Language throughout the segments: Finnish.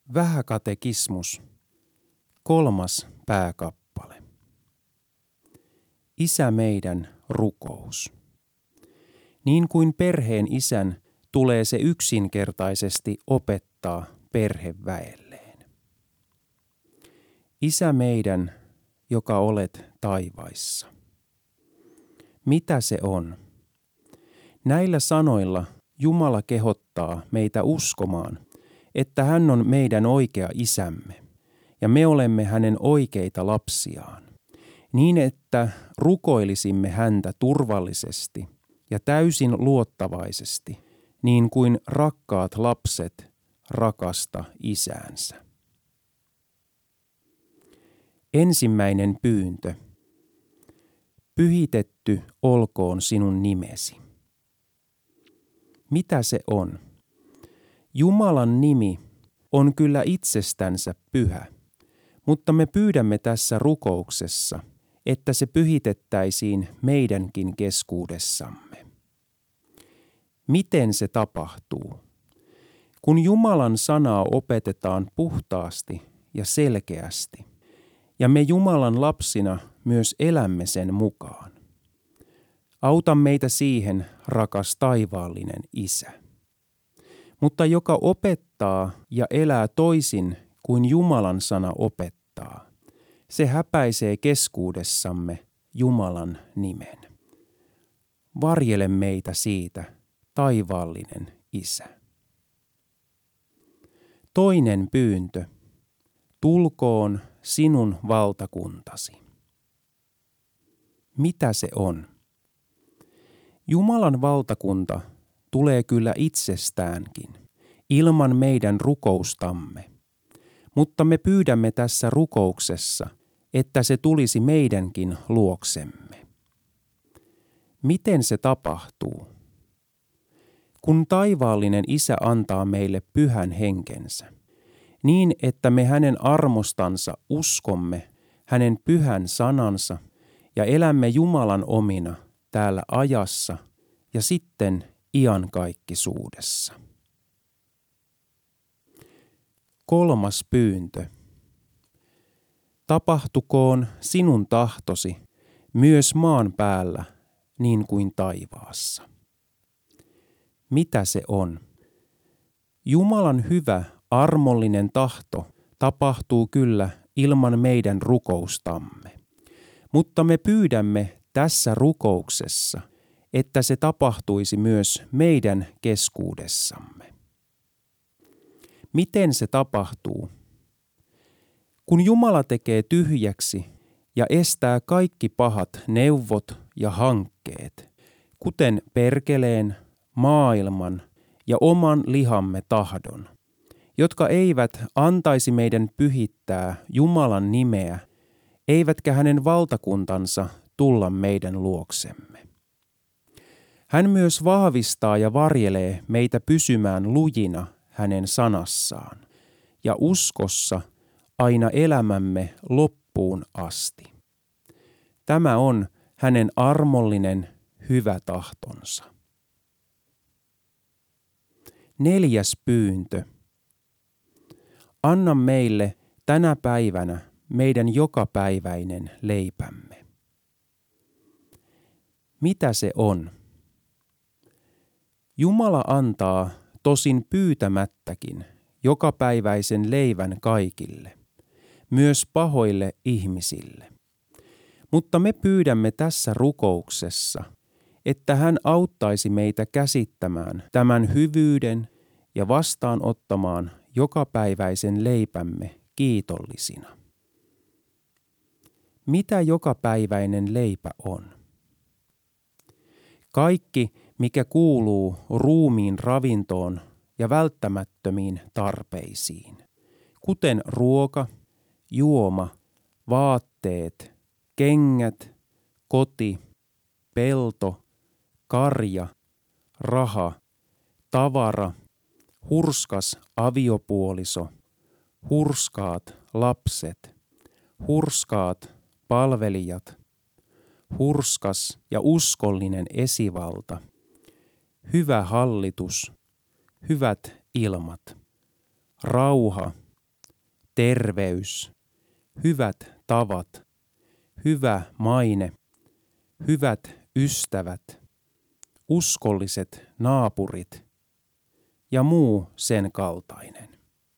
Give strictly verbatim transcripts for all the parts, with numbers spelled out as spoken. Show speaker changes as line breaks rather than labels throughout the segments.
Vähäkatekismus, kolmas pääkappale. Isä meidän rukous. Niin kuin perheen isän tulee se yksinkertaisesti opettaa perheväelleen. Isä meidän, joka olet taivaissa. Mitä se on? Näillä sanoilla Jumala kehottaa meitä uskomaan, että hän on meidän oikea isämme ja me olemme hänen oikeita lapsiaan, niin että rukoilisimme häntä turvallisesti ja täysin luottavaisesti, niin kuin rakkaat lapset rakasta isäänsä. Ensimmäinen pyyntö. Pyhitetty olkoon sinun nimesi. Mitä se on? Jumalan nimi on kyllä itsestänsä pyhä, mutta me pyydämme tässä rukouksessa, että se pyhitettäisiin meidänkin keskuudessamme. Miten se tapahtuu? Kun Jumalan sanaa opetetaan puhtaasti ja selkeästi, ja me Jumalan lapsina myös elämme sen mukaan. Auta meitä siihen, rakas taivaallinen Isä. Mutta joka opettaa ja elää toisin kuin Jumalan sana opettaa, se häpäisee keskuudessamme Jumalan nimen. Varjele meitä siitä, taivaallinen Isä. Toinen pyyntö. Tulkoon sinun valtakuntasi. Mitä se on? Jumalan valtakunta tulee kyllä itsestäänkin, ilman meidän rukoustamme, mutta me pyydämme tässä rukouksessa, että se tulisi meidänkin luoksemme. Miten se tapahtuu? Kun taivaallinen Isä antaa meille pyhän henkensä, niin että me hänen armostansa uskomme, hänen pyhän sanansa ja elämme Jumalan omina täällä ajassa ja sitten iankaikkisuudessa. Kolmas pyyntö. Tapahtukoon sinun tahtosi myös maan päällä niin kuin taivaassa. Mitä se on? Jumalan hyvä, armollinen tahto tapahtuu kyllä ilman meidän rukoustamme, mutta me pyydämme tässä rukouksessa, että se tapahtuisi myös meidän keskuudessamme. Miten se tapahtuu? Kun Jumala tekee tyhjäksi ja estää kaikki pahat neuvot ja hankkeet, kuten perkeleen, maailman ja oman lihamme tahdon, jotka eivät antaisi meidän pyhittää Jumalan nimeä, eivätkä hänen valtakuntansa tulla meidän luoksemme. Hän myös vahvistaa ja varjelee meitä pysymään lujina hänen sanassaan ja uskossa aina elämämme loppuun asti. Tämä on hänen armollinen hyvä tahtonsa. Neljäs pyyntö. Anna meille tänä päivänä meidän jokapäiväinen leipämme. Mitä se on? Jumala antaa tosin pyytämättäkin jokapäiväisen leivän kaikille, myös pahoille ihmisille. Mutta me pyydämme tässä rukouksessa, että hän auttaisi meitä käsittämään tämän hyvyyden ja vastaanottamaan jokapäiväisen leipämme kiitollisina. Mitä jokapäiväinen leipä on? Kaikki, mikä kuuluu ruumiin ravintoon ja välttämättömiin tarpeisiin, kuten ruoka, juoma, vaatteet, kengät, koti, pelto, karja, raha, tavara, hurskas aviopuoliso, hurskaat lapset, hurskaat palvelijat, hurskas ja uskollinen esivalta, hyvä hallitus, hyvät ilmat, rauha terveys, hyvät tavat, hyvä maine, hyvät ystävät, uskolliset naapurit ja muu sen kaltainen.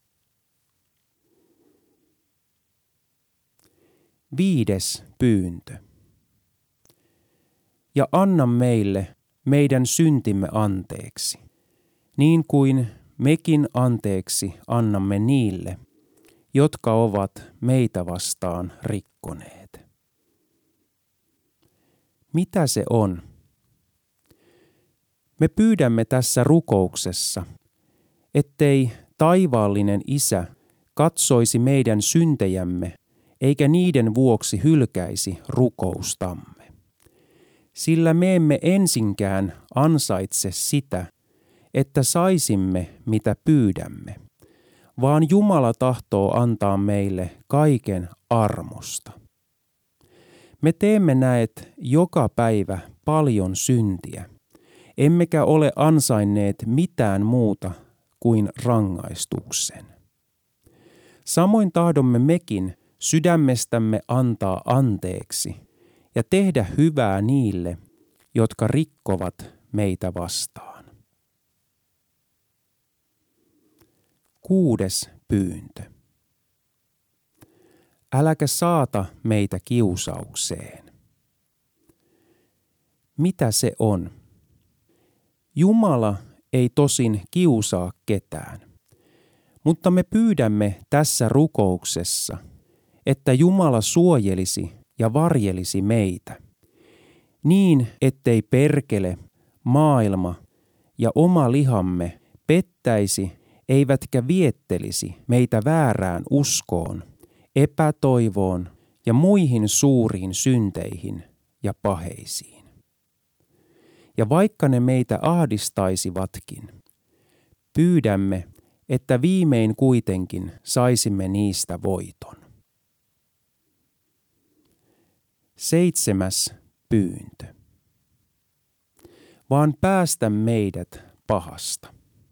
Viides pyyntö. Ja anna meille meidän syntimme anteeksi, niin kuin mekin anteeksi annamme niille, jotka ovat meitä vastaan rikkoneet. Mitä se on? Me pyydämme tässä rukouksessa, ettei taivaallinen Isä katsoisi meidän syntejämme eikä niiden vuoksi hylkäisi rukoustamme. Sillä me emme ensinkään ansaitse sitä, että saisimme mitä pyydämme, vaan Jumala tahtoo antaa meille kaiken armosta. Me teemme näet joka päivä paljon syntiä, emmekä ole ansainneet mitään muuta kuin rangaistuksen. Samoin tahdomme mekin sydämestämme antaa anteeksi ja tehdä hyvää niille, jotka rikkovat meitä vastaan. Kuudes pyyntö. Äläkä saata meitä kiusaukseen. Mitä se on? Jumala ei tosin kiusaa ketään, mutta me pyydämme tässä rukouksessa, että Jumala suojelisi ja varjelisi meitä, niin ettei perkele, maailma ja oma lihamme pettäisi eivätkä viettelisi meitä väärään uskoon, epätoivoon ja muihin suuriin synteihin ja paheisiin. Ja vaikka ne meitä ahdistaisivatkin, pyydämme, että viimein kuitenkin saisimme niistä voiton. Seitsemäs pyyntö. Vaan päästä meidät pahasta.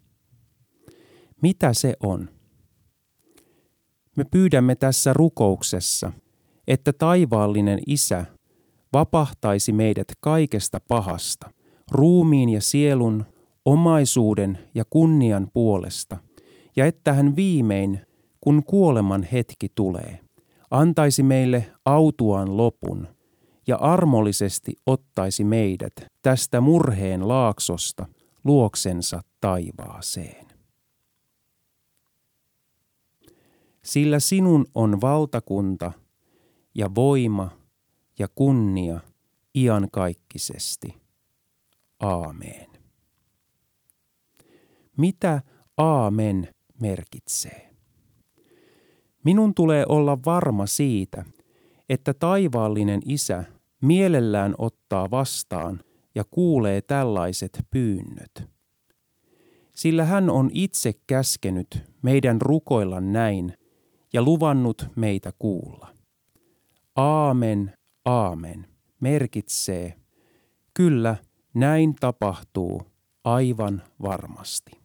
Mitä se on? Me pyydämme tässä rukouksessa, että taivaallinen Isä vapahtaisi meidät kaikesta pahasta, ruumiin ja sielun, omaisuuden ja kunnian puolesta, ja että hän viimein, kun kuoleman hetki tulee, antaisi meille autuaan lopun ja armollisesti ottaisi meidät tästä murheen laaksosta luoksensa taivaaseen. Sillä sinun on valtakunta ja voima ja kunnia iankaikkisesti. Aamen. Mitä aamen merkitsee? Minun tulee olla varma siitä, että taivaallinen Isä mielellään ottaa vastaan ja kuulee tällaiset pyynnöt. Sillä hän on itse käskenyt meidän rukoilla näin ja luvannut meitä kuulla. Aamen, aamen merkitsee, kyllä näin tapahtuu aivan varmasti.